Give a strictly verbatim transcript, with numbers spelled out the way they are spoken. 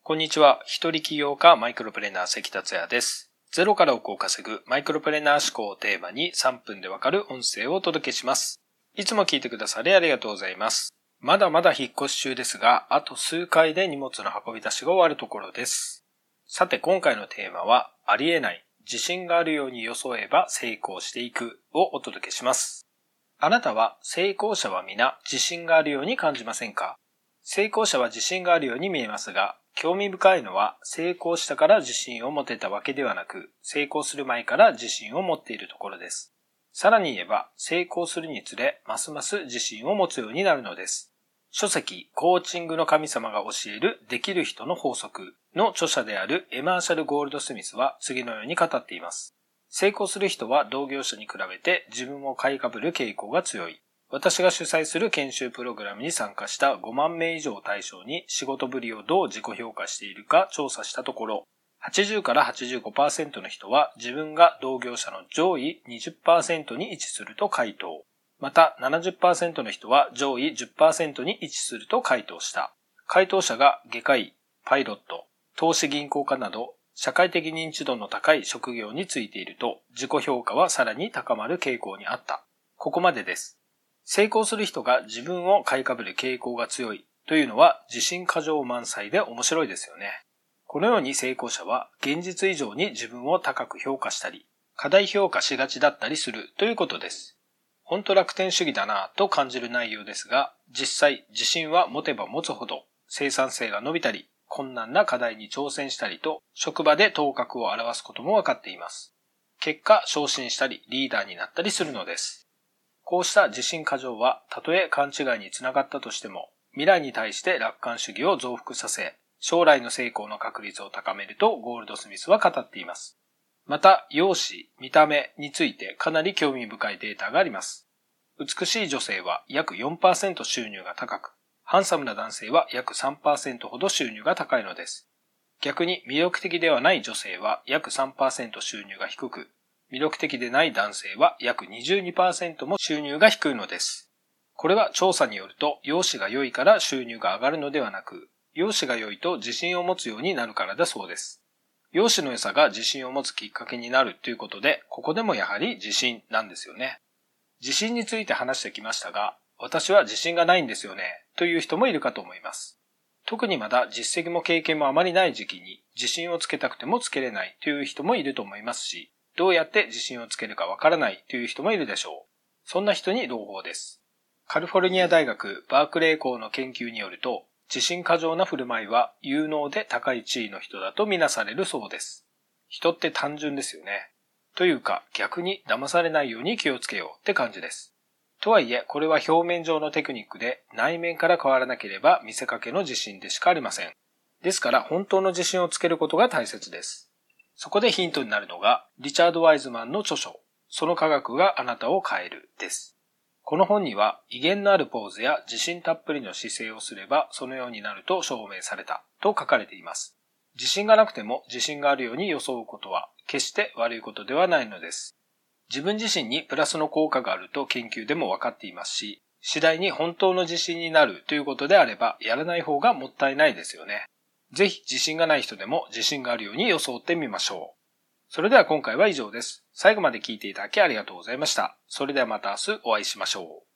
こんにちは。一人起業家マイクロプレーナー関達也です。ゼロから億を稼ぐマイクロプレーナー思考をテーマにさんぷんでわかる音声をお届けします。いつも聞いてくださりありがとうございます。まだまだ引っ越し中ですが、あと数回で荷物の運び出しが終わるところです。さて今回のテーマは、ありえない、自信があるように装えば成功していくをお届けします。あなたは成功者は皆自信があるように感じませんか？成功者は自信があるように見えますが、興味深いのは成功したから自信を持てたわけではなく、成功する前から自信を持っているところです。さらに言えば、成功するにつれ、ますます自信を持つようになるのです。書籍、コーチングの神様が教えるできる人の法則の著者であるエマーシャル・ゴールドスミスは次のように語っています。成功する人は同業者に比べて自分を買いかぶる傾向が強い。私が主催する研修プログラムに参加したごまんめい以上を対象に仕事ぶりをどう自己評価しているか調査したところ、はちじゅうからはちじゅうごパーセントの人は自分が同業者の上位 にじゅっパーセント に位置すると回答。また ななじゅっパーセント の人は上位 じゅっパーセント に位置すると回答した。回答者が外科医、パイロット、投資銀行家など社会的認知度の高い職業についていると自己評価はさらに高まる傾向にあった。ここまでです。成功する人が自分を買いかぶる傾向が強いというのは自信過剰満載で面白いですよね。このように成功者は現実以上に自分を高く評価したり、過大評価しがちだったりするということです。本当楽天主義だなぁと感じる内容ですが、実際自信は持てば持つほど生産性が伸びたり、困難な課題に挑戦したりと職場で頭角を現すこともわかっています。結果昇進したりリーダーになったりするのです。こうした自信過剰はたとえ勘違いにつながったとしても、未来に対して楽観主義を増幅させ、将来の成功の確率を高めるとゴールドスミスは語っています。また、容姿、見た目についてかなり興味深いデータがあります。美しい女性は約 よんパーセント 収入が高く、ハンサムな男性は約 さんパーセント ほど収入が高いのです。逆に魅力的ではない女性は約 さんパーセント 収入が低く、魅力的でない男性は約 にじゅうにパーセント も収入が低いのです。これは調査によると、容姿が良いから収入が上がるのではなく、容姿が良いと自信を持つようになるからだそうです。容姿の良さが自信を持つきっかけになるということで、ここでもやはり自信なんですよね。自信について話してきましたが、私は自信がないんですよね、という人もいるかと思います。特にまだ実績も経験もあまりない時期に自信をつけたくてもつけれないという人もいると思いますし、どうやって自信をつけるかわからないという人もいるでしょう。そんな人に朗報です。カリフォルニア大学バークレー校の研究によると、自信過剰な振る舞いは有能で高い地位の人だとみなされるそうです。人って単純ですよね。というか逆に騙されないように気をつけようって感じです。とはいえこれは表面上のテクニックで内面から変わらなければ見せかけの自信でしかありません。ですから本当の自信をつけることが大切です。そこでヒントになるのが、リチャード・ワイズマンの著書、その科学があなたを変えるです。この本には、威厳のあるポーズや自信たっぷりの姿勢をすれば、そのようになると証明されたと書かれています。自信がなくても自信があるように装うことは、決して悪いことではないのです。自分自身にプラスの効果があると研究でも分かっていますし、次第に本当の自信になるということであれば、やらない方がもったいないですよね。ぜひ自信がない人でも自信があるように装ってみましょう。それでは今回は以上です。最後まで聞いていただきありがとうございました。それではまた明日お会いしましょう。